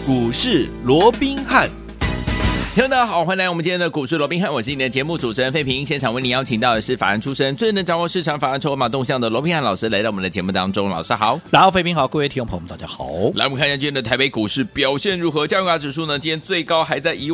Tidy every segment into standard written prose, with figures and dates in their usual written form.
股市罗宾汉。听众大家好，欢迎来我们今天的股市罗宾汉，我是你的节目主持人费平。现场为你邀请到的是法案出身、最能掌握市场法案筹码动向的罗宾汉老师，来到我们的节目当中。老师好。 然后费平好，各位听众朋友们大家好。 来，我们看一下今天的台北股市表现如何？加权指数呢，今天最高还在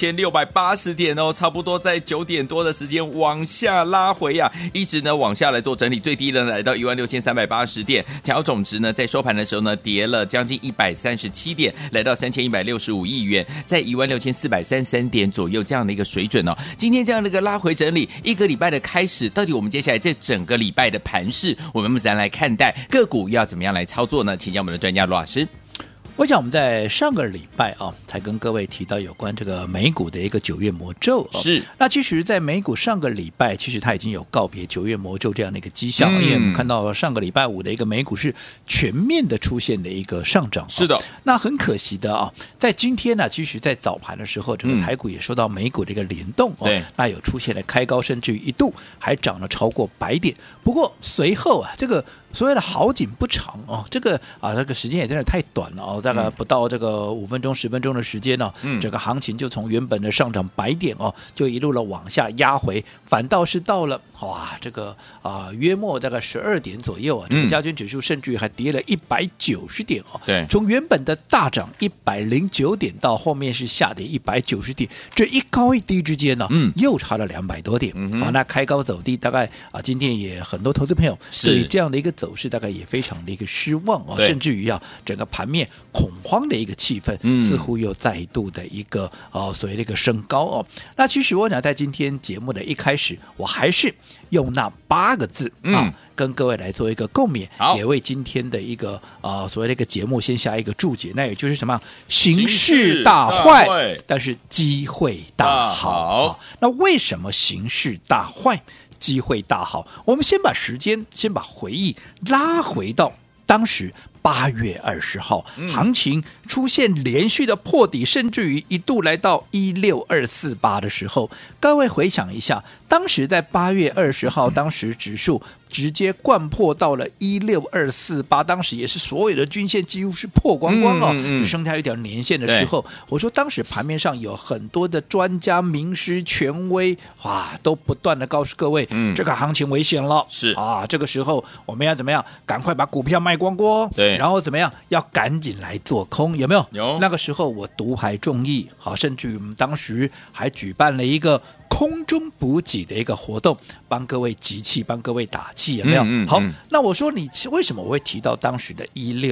16680点哦，差不多在9点多的时间往下拉回啊，一直呢往下来做整理，最低呢来到16380点，调总值呢在收盘的时候呢跌了将近137点，来到3165亿元，在16433点左右这样的一个水准哦。今天这样的一个拉回整理，一个礼拜的开始，到底我们接下来这整个礼拜的盘势，我们怎样来看待个股要怎么样来操作呢？请教我们的专家罗老师。 我想我们在上个礼拜啊，才跟各位提到有关这个美股的一个9月魔咒是。 那其实，在美股上个礼拜，其实它已经有告别9月魔咒这样的一个迹象，因为我们看到上个礼拜五的一个美股是全面的出现的一个上涨。 是的。 那很可惜的啊，在今天呢，其实在早盘的时候，整个台股也受到美股的一个联动对， 那有出现了开高，甚至于一度还涨了超过100点。不过随后啊，这个所谓的好景不长哦，这个时间也真的太短了哦，大概不到这个5分钟10分钟的时间呢，整个行情就从原本的上涨100点哦，就一路的往下压回，反倒是到了这个约莫大概12点左右啊，这个加权指数甚至于还跌了190点哦， 对， 从原本的大涨109点到后面是下跌190点，这一高一低之间呢，又差了200多点，那开高走低，大概今天也很多投资朋友对于这样的一个走势大概也非常的一个失望哦，甚至于整个盘面恐慌的一个气氛，似乎又再度的一个所谓的一个升高哦。那其实我想在今天节目的一开始，我还是用那8个字跟各位来做一个共勉，也为今天的一个所谓的一个节目先下一个注解，那也就是什么？形势大坏，但是机会大好。那为什么形势大坏？机会大好，我们先把时间，先把回忆拉回到当时8月20号，行情出现连续的破底，甚至于一度来到16248的时候，各位回想一下，当时在8月20号，当时指数直接灌破到了16248，当时也是所有的均线几乎是破光光哦，只剩下一条年线的时候，我说当时盘面上有很多的专家、名师、权威，都不断的告诉各位，这个行情危险了， 是这个时候我们要怎么样？赶快把股票卖光光， 对， 然后怎么样？要赶紧来做空，有没有？ 有。 那个时候我独排众议，甚至于我们当时还举办了一个空中补给的一个活动，帮各位集气，帮各位打气，有没有？好，那我说你为什么我会提到当时的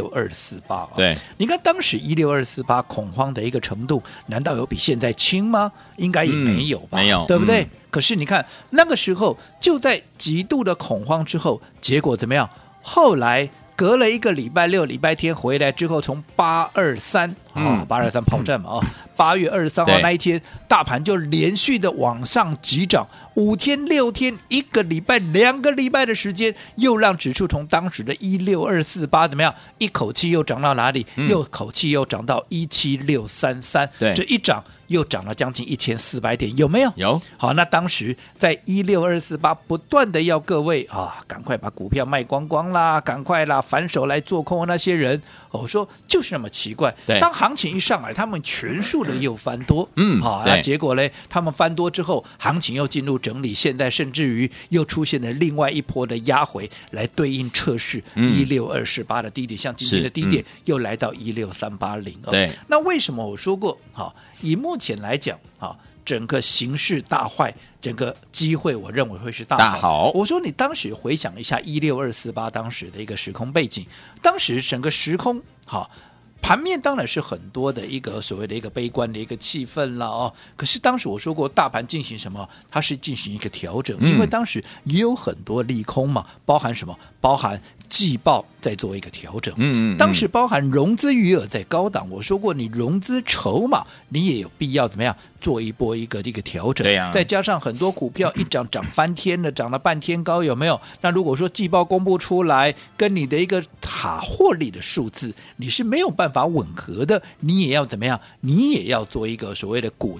16248？ 对， 你看当时16248恐慌的一个程度，难道有比现在轻吗？应该也没有吧， 没有， 对不对？可是你看那个时候就在极度的恐慌之后，结果怎么样？后来隔了一个礼拜六、礼拜天回来之后，从823 823炮战嘛8月23号那一天，大盘就连续的往上急涨，5天、6天、1个礼拜、2个礼拜的时间，又让指数从当时的16248怎么样，一口气又涨到哪里？又口气又涨到17633，这一涨又涨了将近1400点，有没有？ 有。 好，那当时在16248不断的要各位赶快把股票卖光光啦，赶快啦，反手来做空的那些人，我说就是那么奇怪，当行情一上来，他们全数的又翻多，那结果呢，他们翻多之后，行情又进入整理，现在甚至于又出现了另外一波的压回，来对应测试16248的低点，像今天的低点又来到16380。对，那为什么我说过以目前来讲整个形势大坏，整个机会我认为会是大好。我说你当时回想一下16248当时的一个时空背景，当时整个时空盘面当然是很多的一个所谓的一个悲观的一个气氛了可是当时我说过，大盘进行什么？它是进行一个调整，因为当时也有很多利空嘛，包含什么？包含季报在做一个调整，当时包含融资余额在高档，我说过你融资筹码你也有必要怎么样做一波一个调整，再加上很多股票一涨翻天了，涨了半天高，有没有？那如果说季报公布出来跟你的一个获利的数字你是没有办法吻合的，你也要怎么样？你也要做一个所谓的股价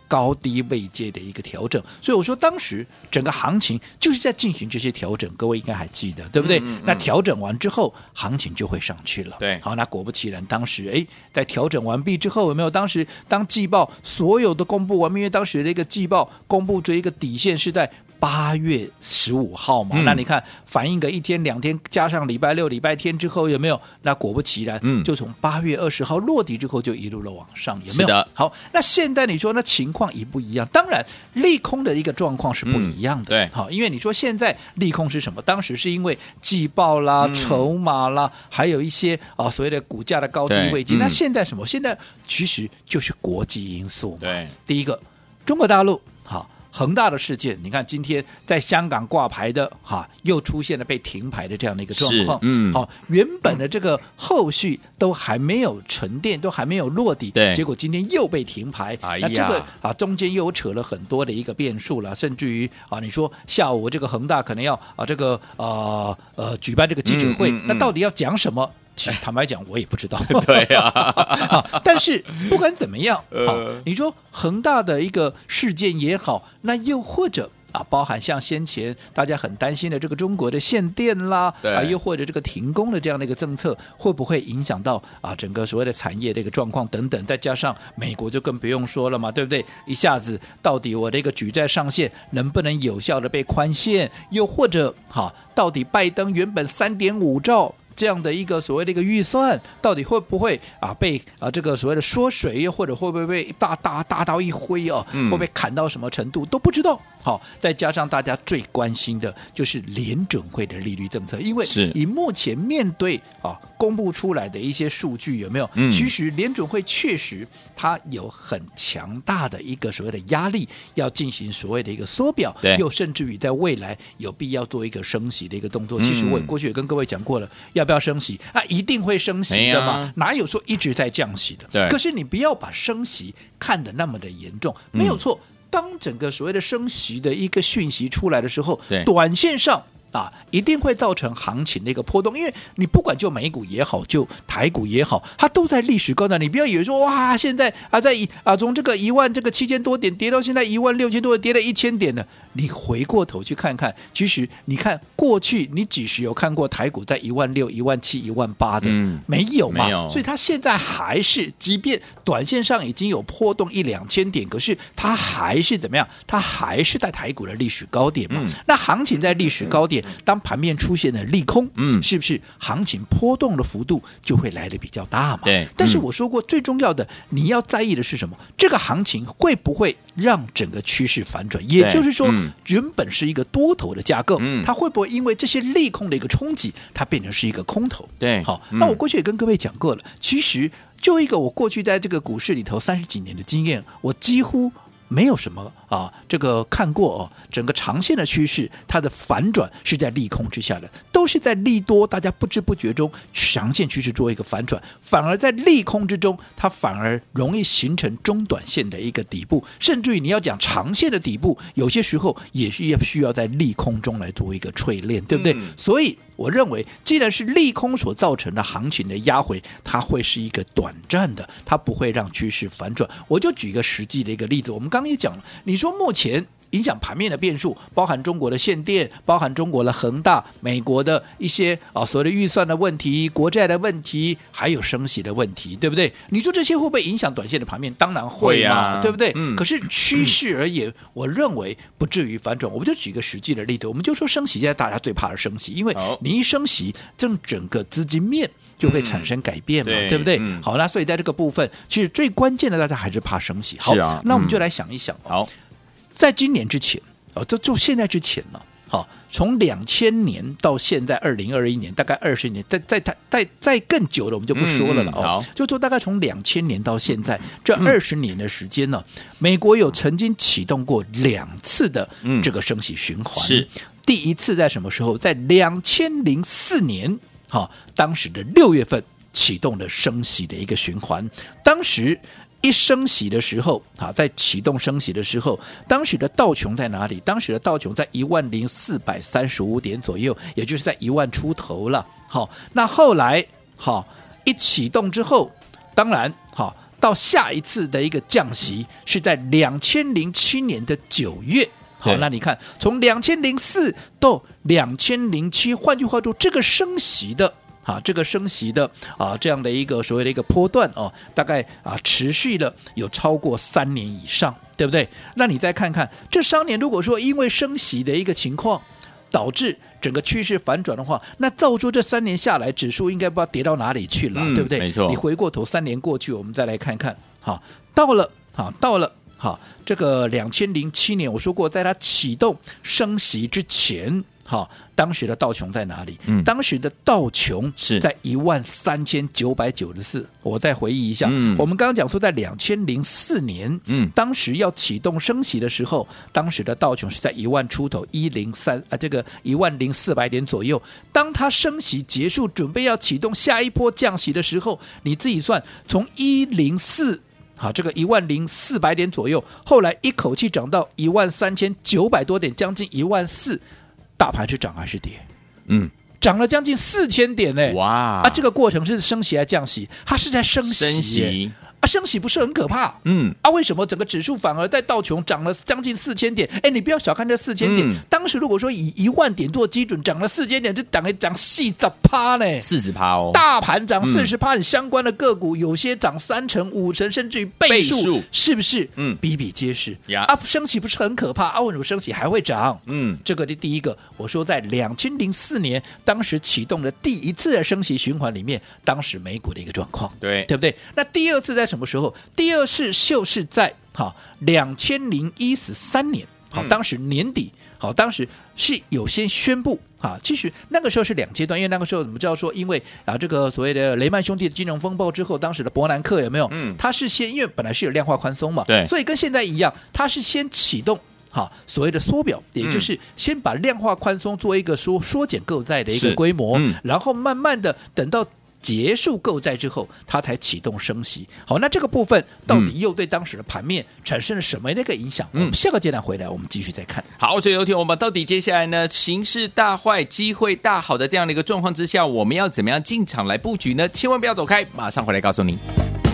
高低位阶的一个调整。所以我说当时整个行情就是在进行这些调整，各位应该还记得对不对？那调整完之后行情就会上去了。 对， 好，那果不其然当时在调整完毕之后，有没有当时当季报所有的公布完毕，因为当时的一个季报公布这一个底线是在8月15号嘛，那你看反映个1天2天，加上礼拜六礼拜天之后有没有？那果不其然，就从8月20号落底之后就一路的往上，有没有？ 是的。 好，那现在你说那情况一不一样？当然利空的一个状况是不一样的。 对， 好，因为你说现在利空是什么？当时是因为季报啦、筹码啦，还有一些所谓的股价的高低位阶。那现在什么？现在其实就是国际因素嘛。 对， 第一个中国大陆好。恒大的事件，你看今天在香港挂牌的又出现了被停牌的这样的一个状况。好，原本的这个后续都还没有沉淀，都还没有落底，结果今天又被停牌。那这个中间又扯了很多的一个变数了，甚至于你说下午这个恒大可能要这个举办这个记者会，那到底要讲什么？其实坦白讲，我也不知道。 对啊， 但是不管怎么样，你说恒大的一个事件也好，那又或者包含像先前大家很担心的这个中国的限电啦，又或者这个停工的这样的一个政策，会不会影响到整个所谓的产业的一个状况等等？再加上美国就更不用说了嘛，对不对？一下子到底我的一个举债上限能不能有效的被宽限？又或者到底拜登原本3.5兆？这样的一个所谓的一个预算，到底会不会被这个所谓的缩水，又或者会不会被大刀一挥会不会砍到什么程度都不知道。好，再加上大家最关心的就是联准会的利率政策，因为以目前面对公布出来的一些数据有没有？其实联准会确实它有很强大的一个所谓的压力，要进行所谓的一个缩表，又甚至于在未来有必要做一个升息的一个动作。其实我过去也跟各位讲过了，要不要升息一定会升息的嘛，哪有说一直在降息的？可是你不要把升息看得那么的严重，没有错。当整个所谓的升息的一个讯息出来的时候，短线上一定会造成行情的一个波动，因为你不管就美股也好，就台股也好，它都在历史高点。你不要以为说哇，现在从这个17000多点跌到现在16000多点，跌了1000点了。你回过头去看看，其实你看过去你几时有看过台股在16000、17000、18000的？没有嘛？所以它现在还是，即便短线上已经有波动1-2000点，可是它还是怎么样？它还是在台股的历史高点嘛。那行情在历史高点，当盘面出现了利空，是不是行情波动的幅度就会来得比较大嘛？ 对。 但是我说过，最重要的你要在意的是什么？这个行情会不会让整个趋势反转？也就是说，原本是一个多头的架构，它会不会因为这些利空的一个冲击，它变成是一个空头？ 对。 好，那我过去也跟各位讲过了，其实就一个我过去在这个股市里头30几年的经验，我几乎没有什么这个看过整个长线的趋势，它的反转是在利空之下的，都是在利多，大家不知不觉中长线趋势做一个反转，反而在利空之中，它反而容易形成中短线的一个底部，甚至于你要讲长线的底部，有些时候也是需要在利空中来做一个淬炼，对不对？所以我认为，既然是利空所造成的行情的压回，它会是一个短暂的，它不会让趋势反转。我就举一个实际的一个例子，我们刚刚也讲了，你说目前影响盘面的变数，包含中国的限电，包含中国的恒大，美国的一些所谓的预算的问题，国债的问题，还有升息的问题，对不对？你说这些会不会影响短线的盘面？当然会嘛，对不对？可是趋势而言，我认为不至于反转。我们就举一个实际的例子，我们就说升息，现在大家最怕的升息，因为你一升息，整个资金面就会产生改变嘛，对不对？好，那所以在这个部分，其实最关键的，大家还是怕升息。好，那我们就来想一想。好，在今年之前就现在之前呢，从2000年到现在2021年，大概20年，再更久了，我们就不说了了就大概从2000年到现在这20年的时间呢，美国有曾经启动过2次的这个升息循环。是第一次在什么时候？在2004年，当时的6月份启动了升息的一个循环，当时。一升息的时候在启动升息的时候，当时的道琼在哪里？当时的道琼在10435点左右，也就是在1万出头了。好，那后来一启动之后，当然到下一次的一个降息是在2007年的9月。好，那你看，从2004到2007，换句话说，这个升息的这样的一个所谓的一个波段哦，大概持续了有超过3年以上，对不对？那你再看看这3年，如果说因为升息的一个情况，导致整个趋势反转的话，那照说这3年下来，指数应该不知道跌到哪里去了，对不对？ 没错。 你回过头3年过去，我们再来看看，好，到了这个2007年，我说过，在它启动升息之前，当时的道琼在哪里？当时的道琼是在13994。我再回忆一下，我们刚刚讲说，在2004年，当时要启动升息的时候，当时的道琼是在1万出头这个10400点左右。当它升息结束，准备要启动下一波降息的时候，你自己算，从104。这个10400点左右，后来一口气涨到13900多点，将近14000，大盘是涨还是跌？涨了将近4000点呢！哇！这个过程是升息还是降息？它是在升息。升息不是很可怕？为什么整个指数反而在道琼涨了将近4000点？你不要小看这4000点，当时如果说以10000点做基准，涨了4000点，就涨40%呢，40%哦。大盘涨40%，相关的个股有些涨3成、5成，甚至于倍数，是不是？比比皆是。升息不是很可怕？为什么升息还会涨？这个第一个，我说在2004年当时启动的第一次的升息循环里面，当时美股的一个状况，对不对？那第二次在什么时候？第二次就是在2013年，当时年底，当时是有先宣布其实那个时候是2阶段，因为那个时候我们知道说，因为这个所谓的雷曼兄弟的金融风暴之后，当时的伯南克有没有？他是先，因为本来是有量化宽松嘛，对，所以跟现在一样，他是先启动所谓的缩表，也就是先把量化宽松做一个缩减购债的一个规模，然后慢慢的等到结束购债之后，它才启动升息。好，那这个部分到底又对当时的盘面产生了什么样的一个影响？我们下个阶段回来，我们继续再看。 好，所以有听我们到底接下来呢，形势大坏、机会大好的这样的一个状况之下，我们要怎么样进场来布局呢？千万不要走开，马上回来告诉您。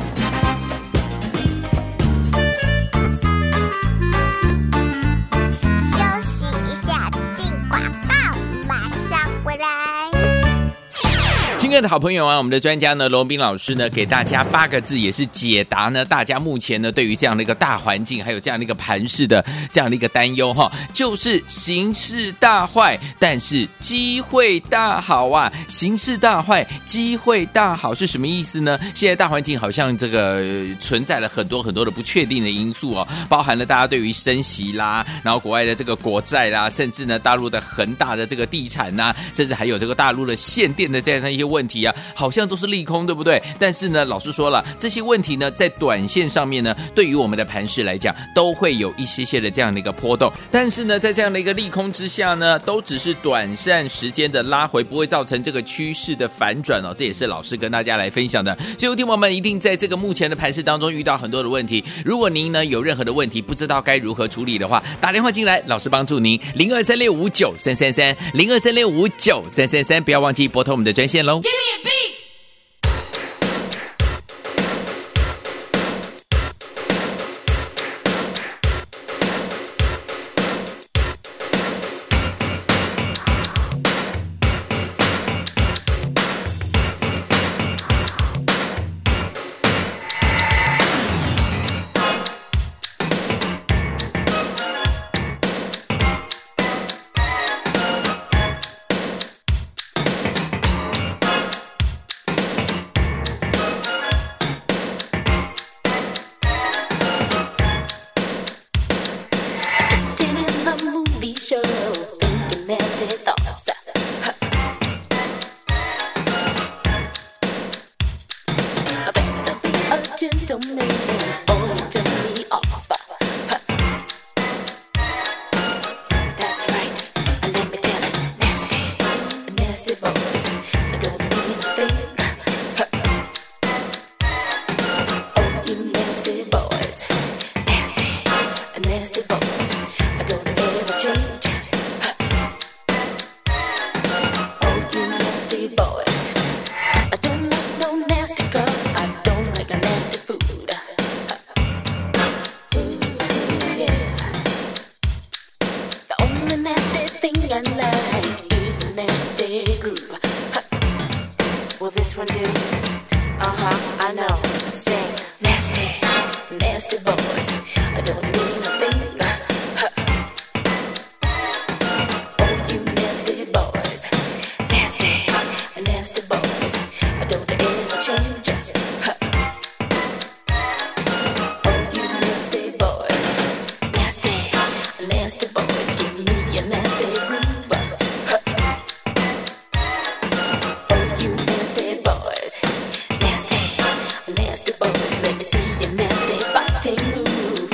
亲爱的好朋友啊，我们的专家呢，罗文彬老师呢，给大家8个字，也是解答呢大家目前呢对于这样的一个大环境，还有这样的一个盘势的这样的一个担忧哈，就是形势大坏，但是机会大好啊！形势大坏，机会大好是什么意思呢？现在大环境好像这个存在了很多很多的不确定的因素哦，包含了大家对于升息啦，然后国外的这个国债啦，甚至呢大陆的恒大的这个地产呐，甚至还有这个大陆的限电的这样一些问题啊，好像都是利空，对不对？但是呢，老师说了，这些问题呢，在短线上面呢，对于我们的盘势来讲，都会有一些的这样的一个波动。但是呢，在这样的一个利空之下呢，都只是短暂时间的拉回，不会造成这个趋势的反转哦。这也是老师跟大家来分享的。所以，听众们一定在这个目前的盘势当中遇到很多的问题。如果您呢有任何的问题，不知道该如何处理的话，打电话进来，老师帮助您0236593330，0236593333，不要忘记拨通我们的专线喽。 Boys, I don't like no nasty girl. I don't like a nasty food. do. I know. Say nasty, nasty boys. I don't mean a thing. Oh, you nasty boys, nasty, nasty boys. I don't ever change. Oh, you nasty boys, nasty, nasty boys. Give me your nasty groove. Oh, you nasty boys, nasty, nasty boys. Let me see your nasty body move.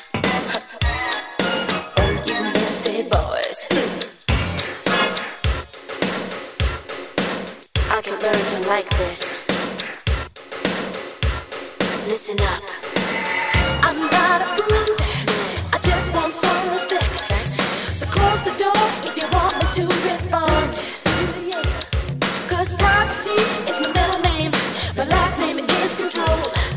Oh, you nasty boys. I can learn to like this. Listen up. I'm not a prude. I just want some respect. So close the door if you want me to respond. 'Cause privacy is my middle name. My last name is control.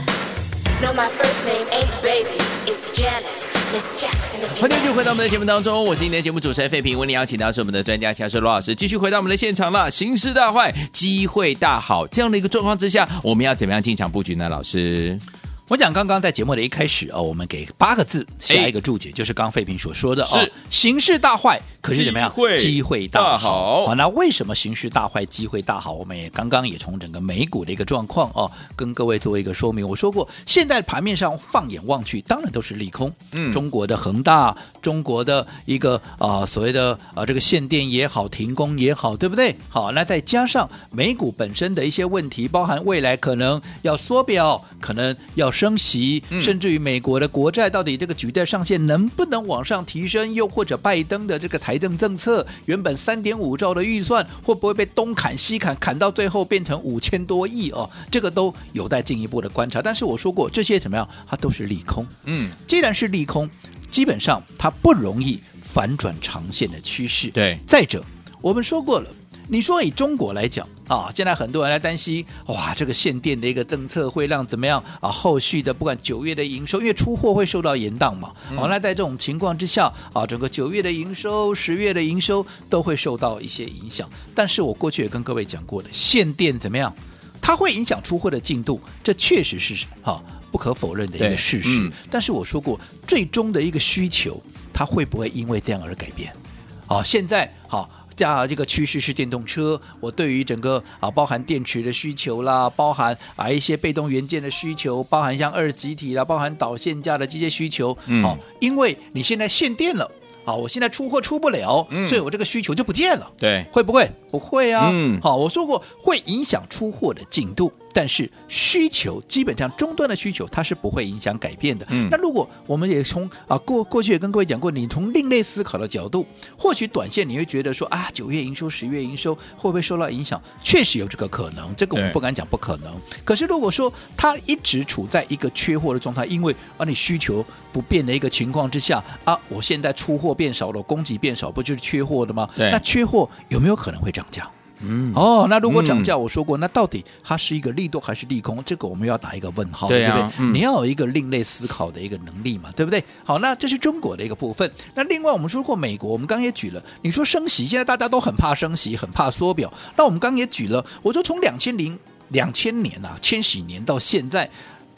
No, my first name ain't baby. It's Janet, Miss Jackson. 欢迎继续回到我们的节目当中，我是今天的节目主持人费平，为您邀请到是我们的专家乔世罗老师，继续回到我们的现场了。形势大坏，机会大好，这样的一个状况之下，我们要怎么样进场布局呢？老师， 我讲刚刚在节目的一开始我们给8个字下一个注解，就是刚废平所说的是形势大坏，可是怎么样？机会大好。那为什么形势大坏，机会大好？我们也刚刚也从整个美股的一个状况跟各位做一个说明。我说过，现在盘面上放眼望去，当然都是利空。中国的恒大，中国的一个所谓的这个限电也好，停工也好，对不对？好，那再加上美股本身的一些问题，包含未来可能要缩表，可能要升息，甚至于美国的国债到底这个举债上限能不能往上提升，又或者拜登的这个财政政策原本3.5兆的预算会不会被东砍西砍，砍到最后变成5000多亿这个都有待进一步的观察。但是我说过，这些怎么样？它都是利空。既然是利空，基本上它不容易反转长线的趋势。 对， 再者我们说过了，你说以中国来讲现在很多人来担心，这个限电的一个政策会让怎么样后续的不管9月的营收，因为出货会受到延宕嘛，那在这种情况之下整个9月的营收、10月的营收都会受到一些影响。但是我过去也跟各位讲过的，限电怎么样？它会影响出货的进度，这确实是不可否认的一个事实。但是我说过，最终的一个需求，它会不会因为这样而改变？现在这个趋势是电动车，我对于整个包含电池的需求啦，包含一些被动元件的需求，包含像二极体啦，包含导线架的这些需求，因为你现在限电了。我现在出货出不了，所以我这个需求就不见了。 对， 会不会？不会啊。我说过会影响出货的进度，但是需求基本上终端的需求它是不会影响改变的。那如果我们也从过去也跟各位讲过，你从另类思考的角度，或许短线你会觉得说9月营收、10月营收会不会受到影响？确实有这个可能，这个我们不敢讲不可能。可是如果说它一直处在一个缺货的状态，因为你需求不变的一个情况之下我现在出货变少了，供给变少，不就是缺货的吗？那缺货有没有可能会涨价？那如果涨价，我说过，那到底它是一个利多还是利空？这个我们要打一个问号，对不对？你要有一个另类思考的一个能力嘛，对不对？好，那这是中国的一个部分。那另外我们说过美国，我们刚也举了，你说升息，现在大家都很怕升息，很怕缩表。那我们刚也举了，我说从2000年千禧年到现在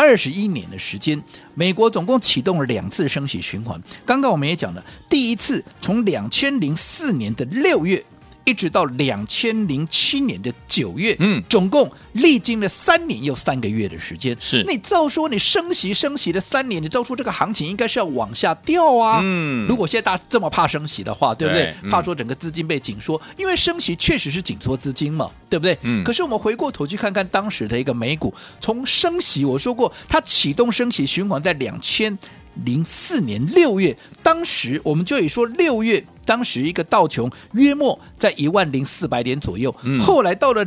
21年的时间，美国总共启动了2次升息循环。刚刚我们也讲了，第一次从2004年的6月一直到2007年的9月，总共历经了3年又3个月的时间。是，你照说你升息了3年，你照说这个行情应该是要往下掉啊。如果现在大家这么怕升息的话，对不对？怕说整个资金被紧缩，因为升息确实是紧缩资金嘛，对不对？可是我们回过头去看看当时的一个美股，从升息，我说过它启动升息循环在2004年6月，当时我们就以说6月。当时一个道琼约莫在10400点左右，后来到了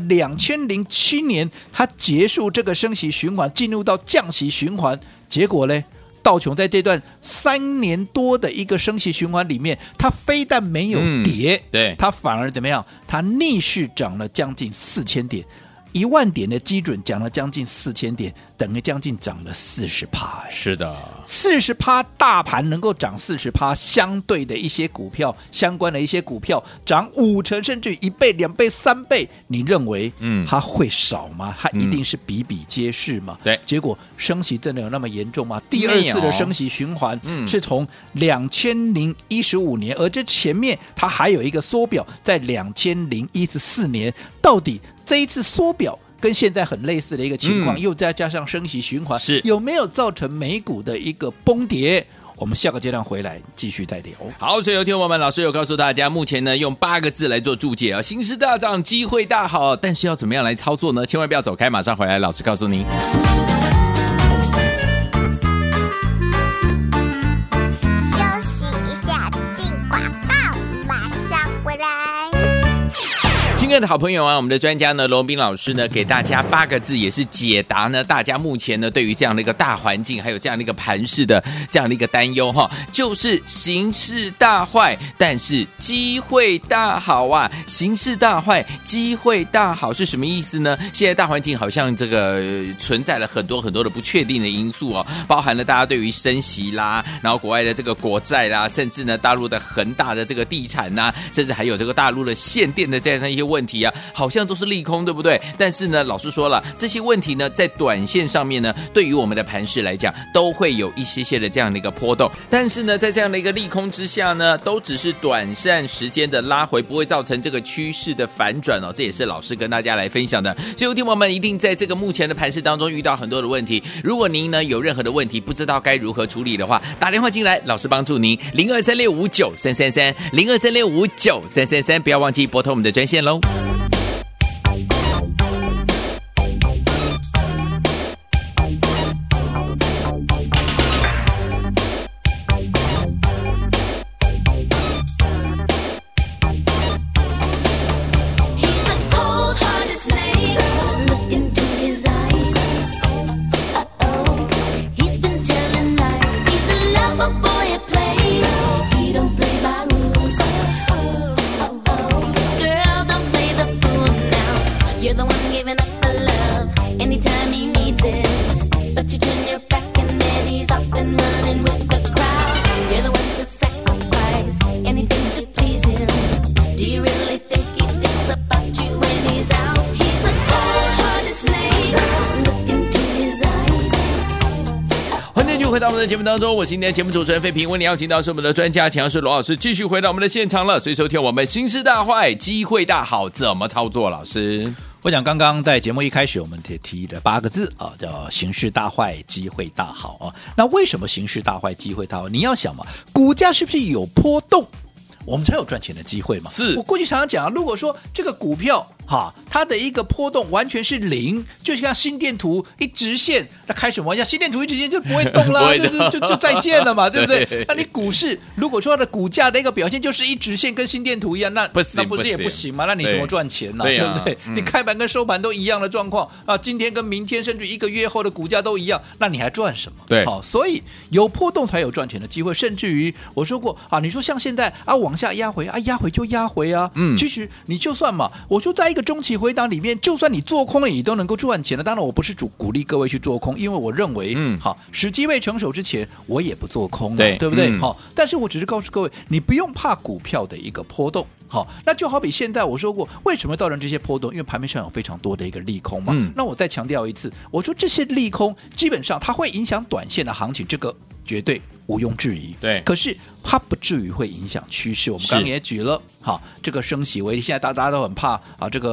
2007年，它结束这个升息循环，进入到降息循环，结果呢，道琼在这段3年多的一个升息循环里面，它非但没有跌， 对， 它反而怎么样？它逆势涨了将近4000点。 1万点的基准讲了将近4000点，等于将近涨了40%。 是的 ，40%大盘能够涨40%，相对的一些股票，相关的一些股票涨5成，甚至1倍、2倍、3倍，你认为它会少吗？它一定是比比皆是嘛？ 对， 结果升息真的有那么严重吗？第二次的升息循环是从2015年，而这前面它还有一个缩表，在2014年，到底这一次缩表跟现在很类似的一个情况，又再加上升息循环， 是有没有造成美股的一个崩跌？我们下个阶段回来继续再聊。 好，所以有听众朋友们，老师有告诉大家，目前呢用8个字来做注解啊，形势大涨，机会大好，但是要怎么样来操作呢？千万不要走开，马上回来，老师告诉您。亲爱的好朋友啊，我们的专家呢，罗宾老师呢，给大家8个字，也是解答呢大家目前呢对于这样的一个大环境，还有这样的一个盘势的这样的一个担忧哈，就是形势大坏，但是机会大好啊！形势大坏，机会大好是什么意思呢？现在大环境好像这个存在了很多很多的不确定的因素哦，包含了大家对于升息啦，然后国外的这个国债啦，甚至呢大陆的恒大的这个地产呐，甚至还有这个大陆的限电的这样一些问题啊，好像都是利空，对不对？但是呢，老师说了，这些问题呢，在短线上面呢，对于我们的盘势来讲，都会有一些的这样的一个波动。但是呢，在这样的一个利空之下呢，都只是短暂时间的拉回，不会造成这个趋势的反转哦。这也是老师跟大家来分享的。所以，有听众们一定在这个目前的盘势当中遇到很多的问题。如果您呢有任何的问题，不知道该如何处理的话，打电话进来，老师帮助您0236593333，0236593333，不要忘记拨通我们的专线喽。回到我们的节目当中，我是今天的节目主持人费平，为你邀请到是我们的专家强势罗老师，继续回到我们的现场了。所以收听我们形势大坏，机会大好，怎么操作？老师， 我想刚刚在节目一开始，我们也提了8个字啊，叫形势大坏，机会大好啊。那为什么形势大坏，机会大好？你要想嘛，股价是不是有波动，我们才有赚钱的机会嘛？ 是我过去常常讲啊，如果说这个股票它的一个波动完全是0，就像心电图一直线，那开什么玩笑？心电图一直线就不会动啦，就再见了嘛，对不对？那你股市如果说它的股价的一个表现就是一直线跟心电图一样，那不是也不行吗？那你怎么赚钱呢？对不对？你开盘跟收盘都一样的状况啊，今天跟明天甚至1个月后的股价都一样，那你还赚什么？ 对， 好，所以有波动才有赚钱的机会，甚至于我说过啊，你说像现在啊往下压回啊，压回就压回啊，其实你就算嘛，我说在一个中期回档里面，就算你做空了，你都能够赚钱的。当然，我不是鼓励各位去做空，因为我认为，好，时机未成熟之前，我也不做空，对不对？好，但是我只是告诉各位，你不用怕股票的一个波动。好，那就好比现在我说过，为什么造成这些波动？因为盘面上有非常多的一个利空嘛。那我再强调一次，我说这些利空基本上它会影响短线的行情，这个绝对毋庸置疑。 对， 可是它不至于会影响趋势。我们刚刚也举了，好，这个升息为例，现在大家都很怕啊，这个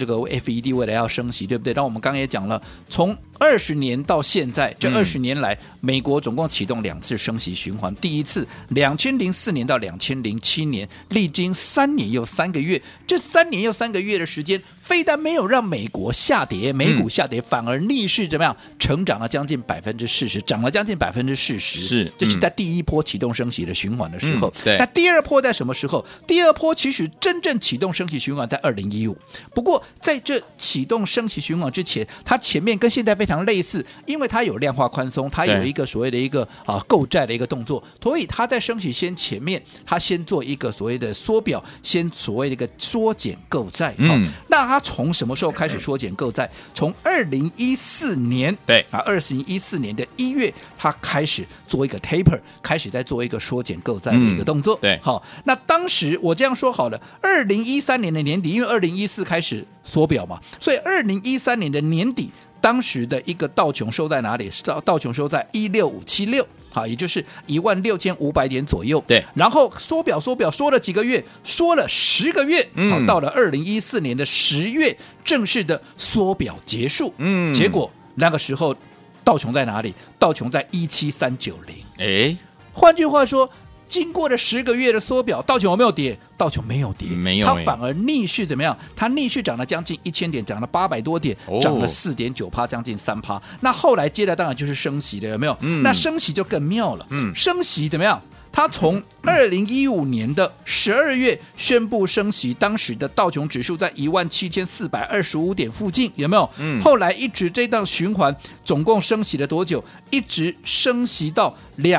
FED 未来要升息，对不对？但我们刚刚也讲了，从20年到现在，这20年来，美国总共启动2次升息循环。第一次2004年到2007年，历经3年又3个月，这3年又3个月的时间，非但没有让美国下跌，美股下跌，反而逆势怎么样？成长了将近40%，涨了将近40%， 是， 这是在第一波启动升息的循环的时候， 对， 那第二波在什么时候？第二波其实真正启动升息循环在2015，不过在这启动升息循环之前，它前面跟现在非常类似，因为它有量化宽松，它有一个所谓的一个购债的一个动作，所以它在升息先前面，它先做一个所谓的缩表，先所谓的一个缩减购债。那它从什么时候开始缩减购债？从2014年， 对 2014年的1月，它开始做一个 taper， 开始在做一个缩减购债的一个动作。 对， 好，那当时我这样说好了，2013年的年底，因为2014开始缩表嘛，所以2013年的年底，当时的一个道琼收在哪里？道琼收在16576。好，也就是16500点左右。 对， 然后缩表缩了几个月，缩了10个月。好，到了2014年的10月，正式的缩表结束。结果那个时候道琼在哪里？道琼在17390。 哎， 换句话说，经过了10个月的缩表，道琼有没有跌？道琼没有跌， 没有， 它反而逆势怎么样？它逆势涨了将近1000点，涨了800多点，涨了4.9%，将近3%。那后来接着当然就是升息了，有没有？那升息就更妙了。升息怎么样？它从2015年的12月宣布升息，当时的道琼指数在17425点附近，有没有？后来一直这档循环总共升息了多久？一直升息到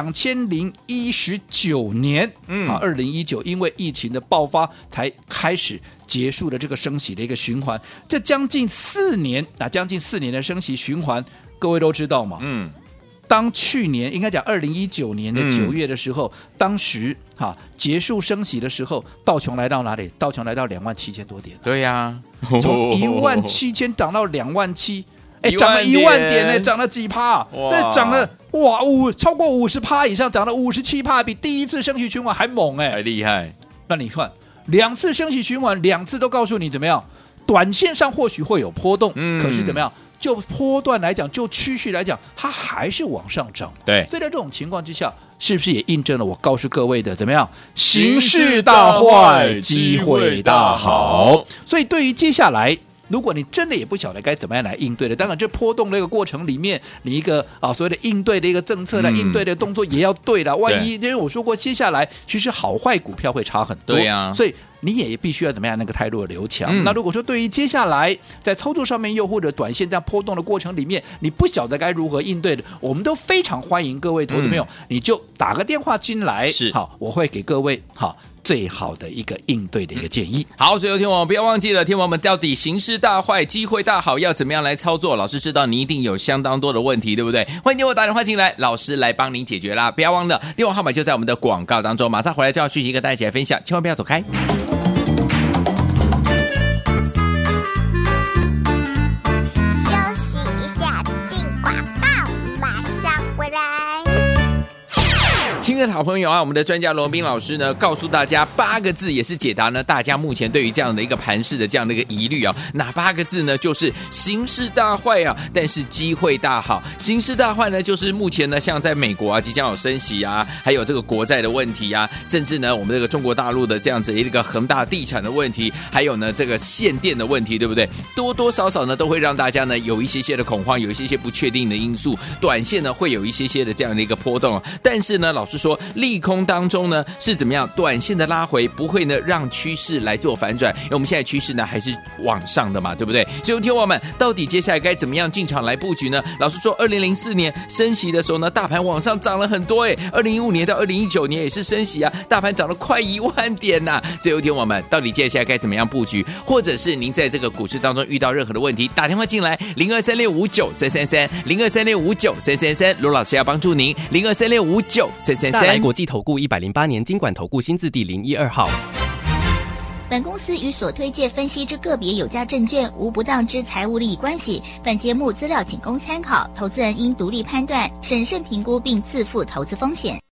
2019年。2019因为疫情的爆发才开始结束了这个升息的一个循环。这将近4年将近4年的升息循环，各位都知道嘛？当去年应该讲2019年的9月的时候，当时结束升息的时候，道琼来到哪里？道琼来到27000多点。 对呀， 从17000涨到27000，涨了1万点呢，涨了几趴？那涨了超过50%以上，涨了57%，比第一次升息循环还猛还厉害。 那你看2次升息循环，2次都告诉你怎么样？短线上或许会有波动，可是怎么样？就波段来讲，就趋势来讲，它还是往上涨。 对， 所以在这种情况之下，是不是也印证了我告诉各位的怎么样？形势大坏，机会大好。所以对于接下来，如果你真的也不晓得该怎么样来应对的，当然这波动的一个过程里面，你一个所谓的应对的一个政策应对的动作也要对了。万一因为我说过，接下来其实好坏股票会差很多。 对呀， 所以你也必须要怎么样那个态度的留强。那如果说对于接下来在操作上面，又或者短线这样波动的过程里面，你不晓得该如何应对的，我们都非常欢迎各位投资朋友，你就打个电话进来，好，我会给各位最好的一个应对的一个建议。 好，所以听我不要忘记了，听我们到底形势大坏，机会大好，要怎么样来操作？老师知道你一定有相当多的问题，对不对？欢迎给我打电话进来，老师来帮您解决啦！不要忘了，电话号码就在我们的广告当中，马上回来就要讯息跟大家一起来分享，千万不要走开。亲爱的好朋友我们的专家罗宾老师呢，告诉大家8个字，也是解答呢大家目前对于这样的一个盘势的这样的一个疑虑哪8个字呢？就是形势大坏但是机会大好。形势大坏呢，就是目前呢，像在美国即将有升息还有这个国债的问题甚至呢，我们这个中国大陆的这样子一个恒大地产的问题，还有呢这个限电的问题，对不对？多多少少呢，都会让大家呢有一些的恐慌，有一些不确定的因素，短线呢会有一些的这样的一个波动但是呢，老师说利空当中呢是怎么样？短线的拉回不会呢让趋势来做反转，因为我们现在趋势呢还是往上的嘛，对不对？所以听我们到底接下来该怎么样进场来布局呢？老师说2004年升息的时候呢，大盘往上涨了很多2015年到2019年也是升息大盘涨了快1万点所以听我们到底接下来该怎么样布局？或者是您在这个股市当中遇到任何的问题，打电话进来0236593333 0236593333，罗老师要帮助您0236593333。 大来国际投顾108年金管投顾新字第012号。 本公司与所推介分析之个别有价证券无不当之财务利益关系。本节目资料仅供参考，投资人应独立判断、审慎评估并自负投资风险。